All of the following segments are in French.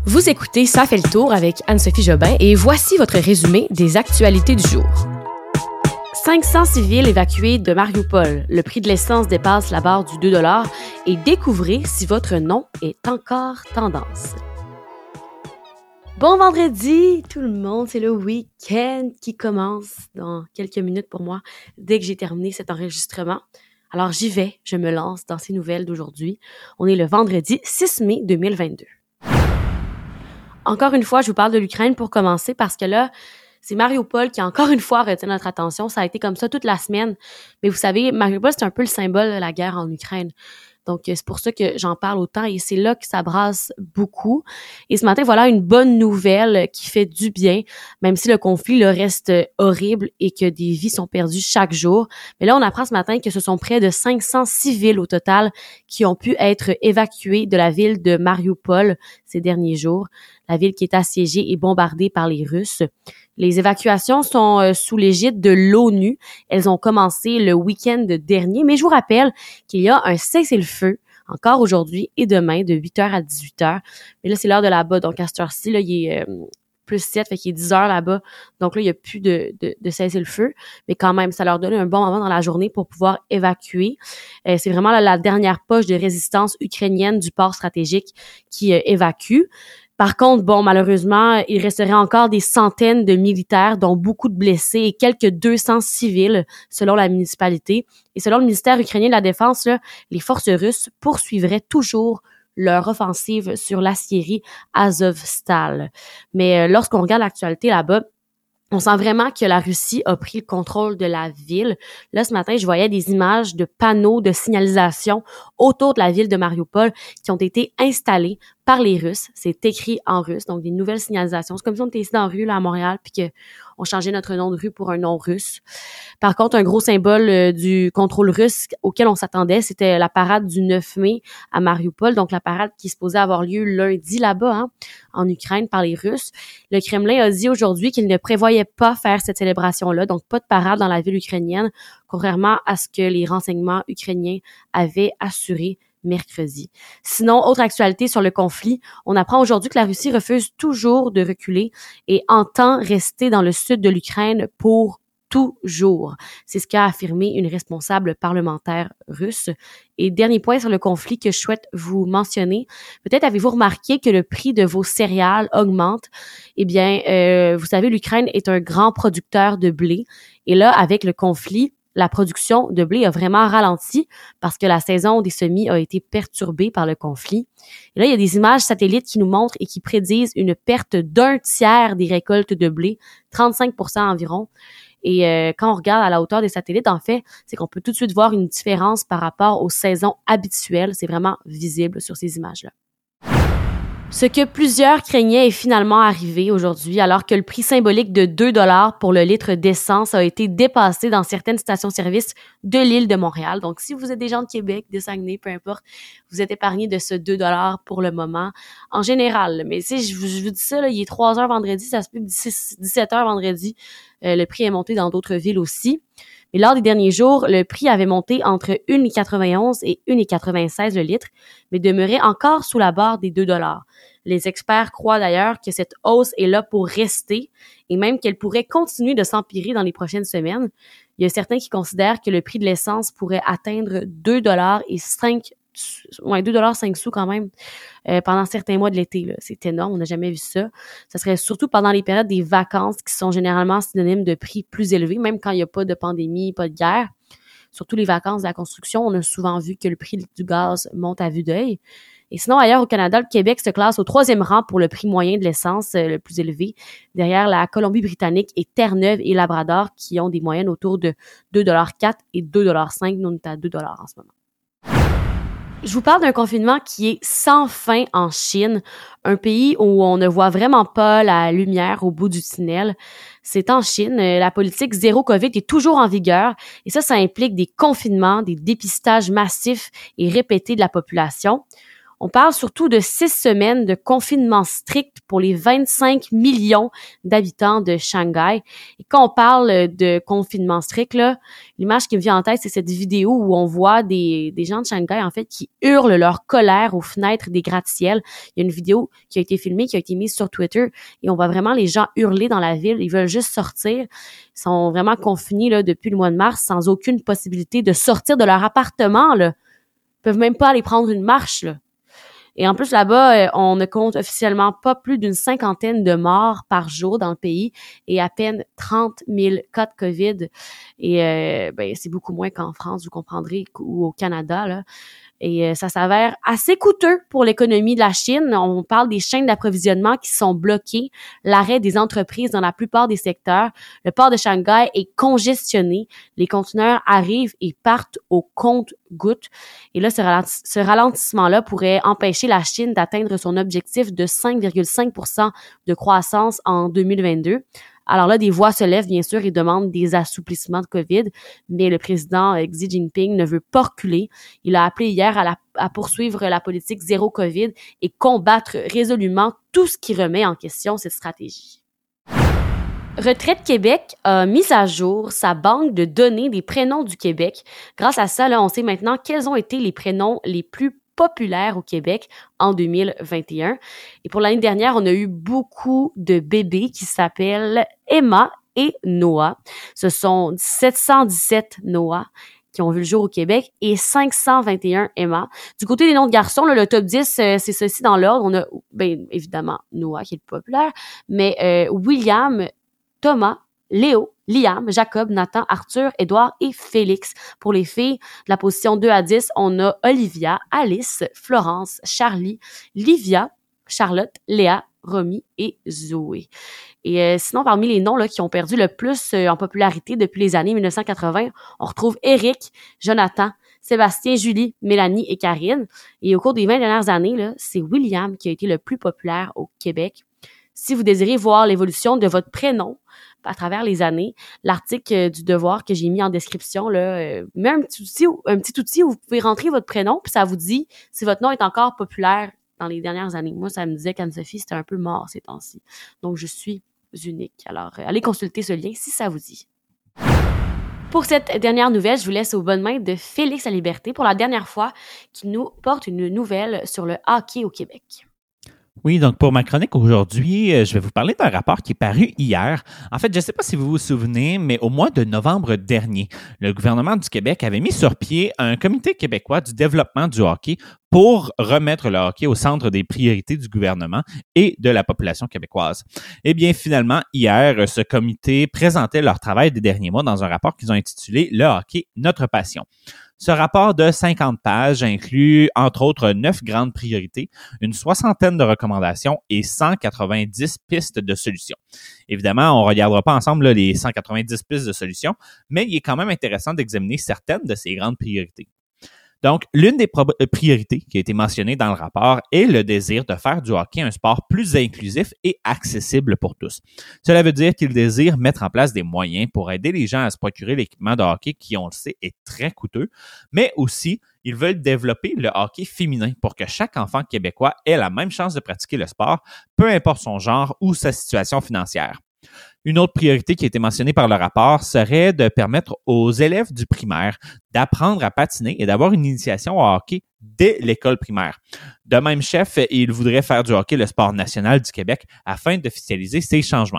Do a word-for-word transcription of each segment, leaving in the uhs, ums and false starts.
Vous écoutez Ça fait le tour avec Anne-Sophie Jobin et voici votre résumé des actualités du jour. cinq cents civils évacués de Mariupol. Le prix de l'essence dépasse la barre du deux dollars et découvrez si votre nom est encore tendance. Bon vendredi, tout le monde, c'est le week-end qui commence dans quelques minutes pour moi, dès que j'ai terminé cet enregistrement. Alors j'y vais, je me lance dans ces nouvelles d'aujourd'hui. On est le vendredi six mai deux mille vingt-deux. Encore une fois, je vous parle de l'Ukraine pour commencer parce que là, c'est Mariupol qui, encore une fois, retient notre attention. Ça a été comme ça toute la semaine. Mais vous savez, Mariupol, c'est un peu le symbole de la guerre en Ukraine. Donc, c'est pour ça que j'en parle autant et c'est là que ça brasse beaucoup. Et ce matin, voilà une bonne nouvelle qui fait du bien, même si le conflit là, reste horrible et que des vies sont perdues chaque jour. Mais là, on apprend ce matin que ce sont près de cinq cents civils au total qui ont pu être évacués de la ville de Mariupol ces derniers jours. La ville qui est assiégée et bombardée par les Russes. Les évacuations sont euh, sous l'égide de l'ONU. Elles ont commencé le week-end dernier, mais je vous rappelle qu'il y a un cessez-le-feu encore aujourd'hui et demain de huit heures à dix-huit heures. Mais là, c'est l'heure de là-bas, donc à cette heure-ci, là, il est euh, plus sept, fait qu'il est dix heures là-bas. Donc là, il n'y a plus de, de, de cessez-le-feu, mais quand même, ça leur donne un bon moment dans la journée pour pouvoir évacuer. Euh, c'est vraiment là, la dernière poche de résistance ukrainienne du port stratégique qui euh, évacue. Par contre, bon, malheureusement, il resterait encore des centaines de militaires, dont beaucoup de blessés et quelques deux cents civils, selon la municipalité. Et selon le ministère ukrainien de la Défense, là, les forces russes poursuivraient toujours leur offensive sur l'aciérie Azovstal. Mais euh, lorsqu'on regarde l'actualité là-bas, on sent vraiment que la Russie a pris le contrôle de la ville. Là, ce matin, je voyais des images de panneaux de signalisation autour de la ville de Mariupol qui ont été installés par les Russes. C'est écrit en russe, donc des nouvelles signalisations. C'est comme si on était ici dans la rue là, à Montréal puis qu'on changeait notre nom de rue pour un nom russe. Par contre, un gros symbole euh, du contrôle russe auquel on s'attendait, c'était la parade du neuf mai à Mariupol, donc la parade qui est supposée avoir lieu lundi là-bas, hein, en Ukraine, par les Russes. Le Kremlin a dit aujourd'hui qu'il ne prévoyait pas faire cette célébration-là, donc pas de parade dans la ville ukrainienne, contrairement à ce que les renseignements ukrainiens avaient assuré mercredi. Sinon, autre actualité sur le conflit, on apprend aujourd'hui que la Russie refuse toujours de reculer et entend rester dans le sud de l'Ukraine pour toujours. C'est ce qu'a affirmé une responsable parlementaire russe. Et dernier point sur le conflit que je souhaite vous mentionner, peut-être avez-vous remarqué que le prix de vos céréales augmente. Eh bien, euh, vous savez, l'Ukraine est un grand producteur de blé. Et là, avec le conflit, la production de blé a vraiment ralenti parce que la saison des semis a été perturbée par le conflit. Et là, il y a des images satellites qui nous montrent et qui prédisent une perte d'un tiers des récoltes de blé, trente-cinq pour cent environ. Et euh, quand on regarde à la hauteur des satellites, en fait, c'est qu'on peut tout de suite voir une différence par rapport aux saisons habituelles. C'est vraiment visible sur ces images-là. Ce que plusieurs craignaient est finalement arrivé aujourd'hui, alors que le prix symbolique de deux dollars pour le litre d'essence a été dépassé dans certaines stations-service de l'île de Montréal. Donc, si vous êtes des gens de Québec, de Saguenay, peu importe, vous êtes épargnés de ce deux dollars pour le moment, en général. Mais si je vous, je vous dis ça, là, il est trois heures vendredi, ça se peut dix-sept heures vendredi. Euh, le prix est monté dans d'autres villes aussi. Mais lors des derniers jours, le prix avait monté entre un virgule quatre-vingt-onze et un virgule quatre-vingt-seize le litre, mais demeurait encore sous la barre des deux dollars. Les experts croient d'ailleurs que cette hausse est là pour rester et même qu'elle pourrait continuer de s'empirer dans les prochaines semaines. Il y a certains qui considèrent que le prix de l'essence pourrait atteindre deux dollars et cinq ouais, deux dollars cinq sous quand même euh, pendant certains mois de l'été. Là. C'est énorme, on n'a jamais vu ça. Ça serait surtout pendant les périodes des vacances qui sont généralement synonymes de prix plus élevés, même quand il n'y a pas de pandémie, pas de guerre. Surtout les vacances de la construction, on a souvent vu que le prix du gaz monte à vue d'œil. Et sinon, ailleurs au Canada, le Québec se classe au troisième rang pour le prix moyen de l'essence euh, le plus élevé, derrière la Colombie-Britannique et Terre-Neuve et Labrador qui ont des moyennes autour de deux dollars quatre et deux dollars cinq. Nous, on est à deux dollars en ce moment. Je vous parle d'un confinement qui est sans fin en Chine, un pays où on ne voit vraiment pas la lumière au bout du tunnel. C'est en Chine, la politique zéro COVID est toujours en vigueur et ça, ça implique des confinements, des dépistages massifs et répétés de la population. On parle surtout de six semaines de confinement strict pour les vingt-cinq millions d'habitants de Shanghai. Et quand on parle de confinement strict, là, l'image qui me vient en tête, c'est cette vidéo où on voit des, des gens de Shanghai, en fait, qui hurlent leur colère aux fenêtres des gratte-ciel. Il y a une vidéo qui a été filmée, qui a été mise sur Twitter, et on voit vraiment les gens hurler dans la ville. Ils veulent juste sortir. Ils sont vraiment confinés là, depuis le mois de mars, sans aucune possibilité de sortir de leur appartement. Là. Ils peuvent même pas aller prendre une marche, là. Et en plus, là-bas, on ne compte officiellement pas plus d'une cinquantaine de morts par jour dans le pays et à peine trente mille cas de COVID. Et euh, ben, c'est beaucoup moins qu'en France, vous comprendrez, ou au Canada, là. Et euh, ça s'avère assez coûteux pour l'économie de la Chine. On parle des chaînes d'approvisionnement qui sont bloquées, l'arrêt des entreprises dans la plupart des secteurs. Le port de Shanghai est congestionné. Les conteneurs arrivent et partent au compte-gouttes. Et là, ce, ralenti- ce ralentissement-là pourrait empêcher la Chine d'atteindre son objectif de cinq virgule cinq pour cent de croissance en deux mille vingt-deux. Alors là, des voix se lèvent, bien sûr, et demandent des assouplissements de COVID, mais le président Xi Jinping ne veut pas reculer. Il a appelé hier à, la, à poursuivre la politique zéro COVID et combattre résolument tout ce qui remet en question cette stratégie. Retraite Québec a mis à jour sa banque de données des prénoms du Québec. Grâce à ça, là, on sait maintenant quels ont été les prénoms les plus populaire au Québec en deux mille vingt et un. Et pour l'année dernière, on a eu beaucoup de bébés qui s'appellent Emma et Noah. Ce sont sept cent dix-sept Noah qui ont vu le jour au Québec et cinq cent vingt et un Emma. Du côté des noms de garçons, là, le top dix, euh, c'est ceci dans l'ordre. On a, bien évidemment, Noah qui est le plus populaire, mais euh, William, Thomas, Léo, Liam, Jacob, Nathan, Arthur, Édouard et Félix. Pour les filles, de la position deux à dix, on a Olivia, Alice, Florence, Charlie, Livia, Charlotte, Léa, Romy et Zoé. Et euh, sinon, parmi les noms là, qui ont perdu le plus euh, en popularité depuis les années mille neuf cent quatre-vingts, on retrouve Éric, Jonathan, Sébastien, Julie, Mélanie et Karine. Et au cours des vingt dernières années, là, c'est William qui a été le plus populaire au Québec. Si vous désirez voir l'évolution de votre prénom à travers les années, l'article du Devoir que j'ai mis en description là, euh, met un petit outil, un petit outil où vous pouvez rentrer votre prénom puis ça vous dit si votre nom est encore populaire dans les dernières années. Moi, ça me disait qu'Anne-Sophie, c'était un peu mort ces temps-ci. Donc, je suis unique. Alors, euh, allez consulter ce lien si ça vous dit. Pour cette dernière nouvelle, je vous laisse aux bonnes mains de Félix Laliberté pour la dernière fois qui nous porte une nouvelle sur le hockey au Québec. Oui, donc pour ma chronique aujourd'hui, je vais vous parler d'un rapport qui est paru hier. En fait, je ne sais pas si vous vous souvenez, mais au mois de novembre dernier, le gouvernement du Québec avait mis sur pied un comité québécois du développement du hockey pour remettre le hockey au centre des priorités du gouvernement et de la population québécoise. Eh bien, finalement, hier, ce comité présentait leur travail des derniers mois dans un rapport qu'ils ont intitulé « Le hockey, notre passion ». Ce rapport de cinquante pages inclut, entre autres, neuf grandes priorités, une soixantaine de recommandations et cent quatre-vingt-dix pistes de solutions. Évidemment, on ne regardera pas ensemble là, les cent quatre-vingt-dix pistes de solutions, mais il est quand même intéressant d'examiner certaines de ces grandes priorités. Donc, l'une des pro- priorités qui a été mentionnée dans le rapport est le désir de faire du hockey un sport plus inclusif et accessible pour tous. Cela veut dire qu'ils désirent mettre en place des moyens pour aider les gens à se procurer l'équipement de hockey qui, on le sait, est très coûteux, mais aussi, ils veulent développer le hockey féminin pour que chaque enfant québécois ait la même chance de pratiquer le sport, peu importe son genre ou sa situation financière. Une autre priorité qui a été mentionnée par le rapport serait de permettre aux élèves du primaire d'apprendre à patiner et d'avoir une initiation au hockey dès l'école primaire. De même chef, il voudrait faire du hockey le sport national du Québec afin d'officialiser ces changements.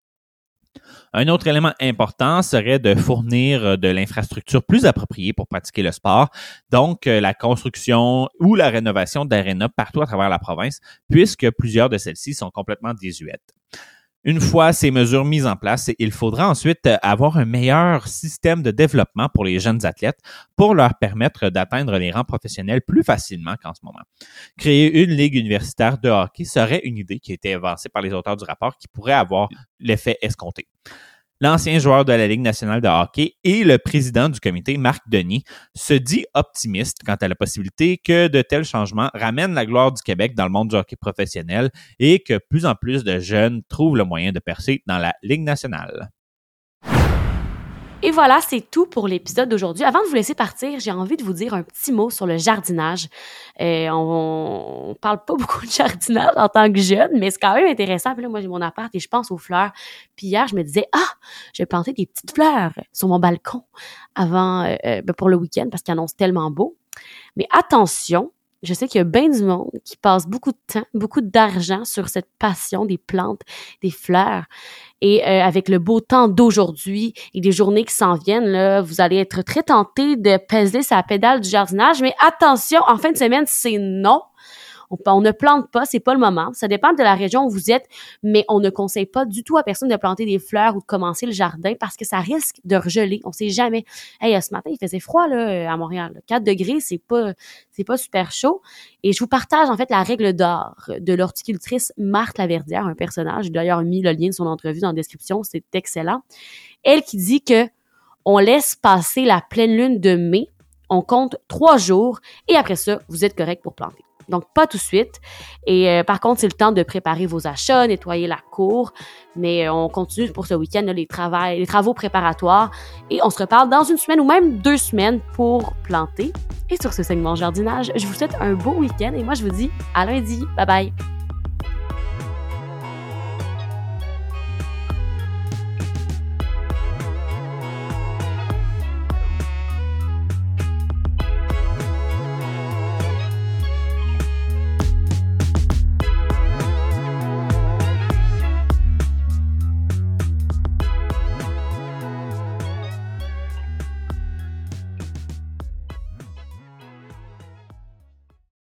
Un autre élément important serait de fournir de l'infrastructure plus appropriée pour pratiquer le sport, donc la construction ou la rénovation d'arénas partout à travers la province, puisque plusieurs de celles-ci sont complètement désuètes. Une fois ces mesures mises en place, il faudra ensuite avoir un meilleur système de développement pour les jeunes athlètes pour leur permettre d'atteindre les rangs professionnels plus facilement qu'en ce moment. Créer une ligue universitaire de hockey serait une idée qui a été avancée par les auteurs du rapport qui pourrait avoir l'effet escompté. L'ancien joueur de la Ligue nationale de hockey et le président du comité, Marc Denis, se dit optimiste quant à la possibilité que de tels changements ramènent la gloire du Québec dans le monde du hockey professionnel et que plus en plus de jeunes trouvent le moyen de percer dans la Ligue nationale. Et voilà, c'est tout pour l'épisode d'aujourd'hui. Avant de vous laisser partir, j'ai envie de vous dire un petit mot sur le jardinage. Euh, on, on parle pas beaucoup de jardinage en tant que jeune, mais c'est quand même intéressant. Puis là, moi, j'ai mon appart et je pense aux fleurs. Puis hier, je me disais, ah, je vais planter des petites fleurs sur mon balcon avant, euh, ben pour le week-end parce qu'il annonce tellement beau. Mais attention, je sais qu'il y a bien du monde qui passe beaucoup de temps, beaucoup d'argent sur cette passion des plantes, des fleurs. Et euh, avec le beau temps d'aujourd'hui et des journées qui s'en viennent, là, vous allez être très tenté de peser sa pédale du jardinage. Mais attention, en fin de semaine, c'est non. On, on ne plante pas, c'est pas le moment. Ça dépend de la région où vous êtes, mais on ne conseille pas du tout à personne de planter des fleurs ou de commencer le jardin parce que ça risque de regeler. On sait jamais. Hey, ce matin, il faisait froid là à Montréal. quatre degrés, c'est pas c'est pas super chaud. Et je vous partage en fait la règle d'or de l'horticultrice Marthe Laverdière, un personnage. J'ai d'ailleurs mis le lien de son entrevue dans la description, c'est excellent. Elle qui dit que on laisse passer la pleine lune de mai, on compte trois jours et après ça, vous êtes correct pour planter. Donc, pas tout de suite. Et euh, par contre, c'est le temps de préparer vos achats, nettoyer la cour. Mais euh, on continue pour ce week-end là, les, travaux, les travaux préparatoires. Et on se reparle dans une semaine ou même deux semaines pour planter. Et sur ce segment jardinage, je vous souhaite un beau week-end. Et moi, je vous dis à lundi. Bye bye!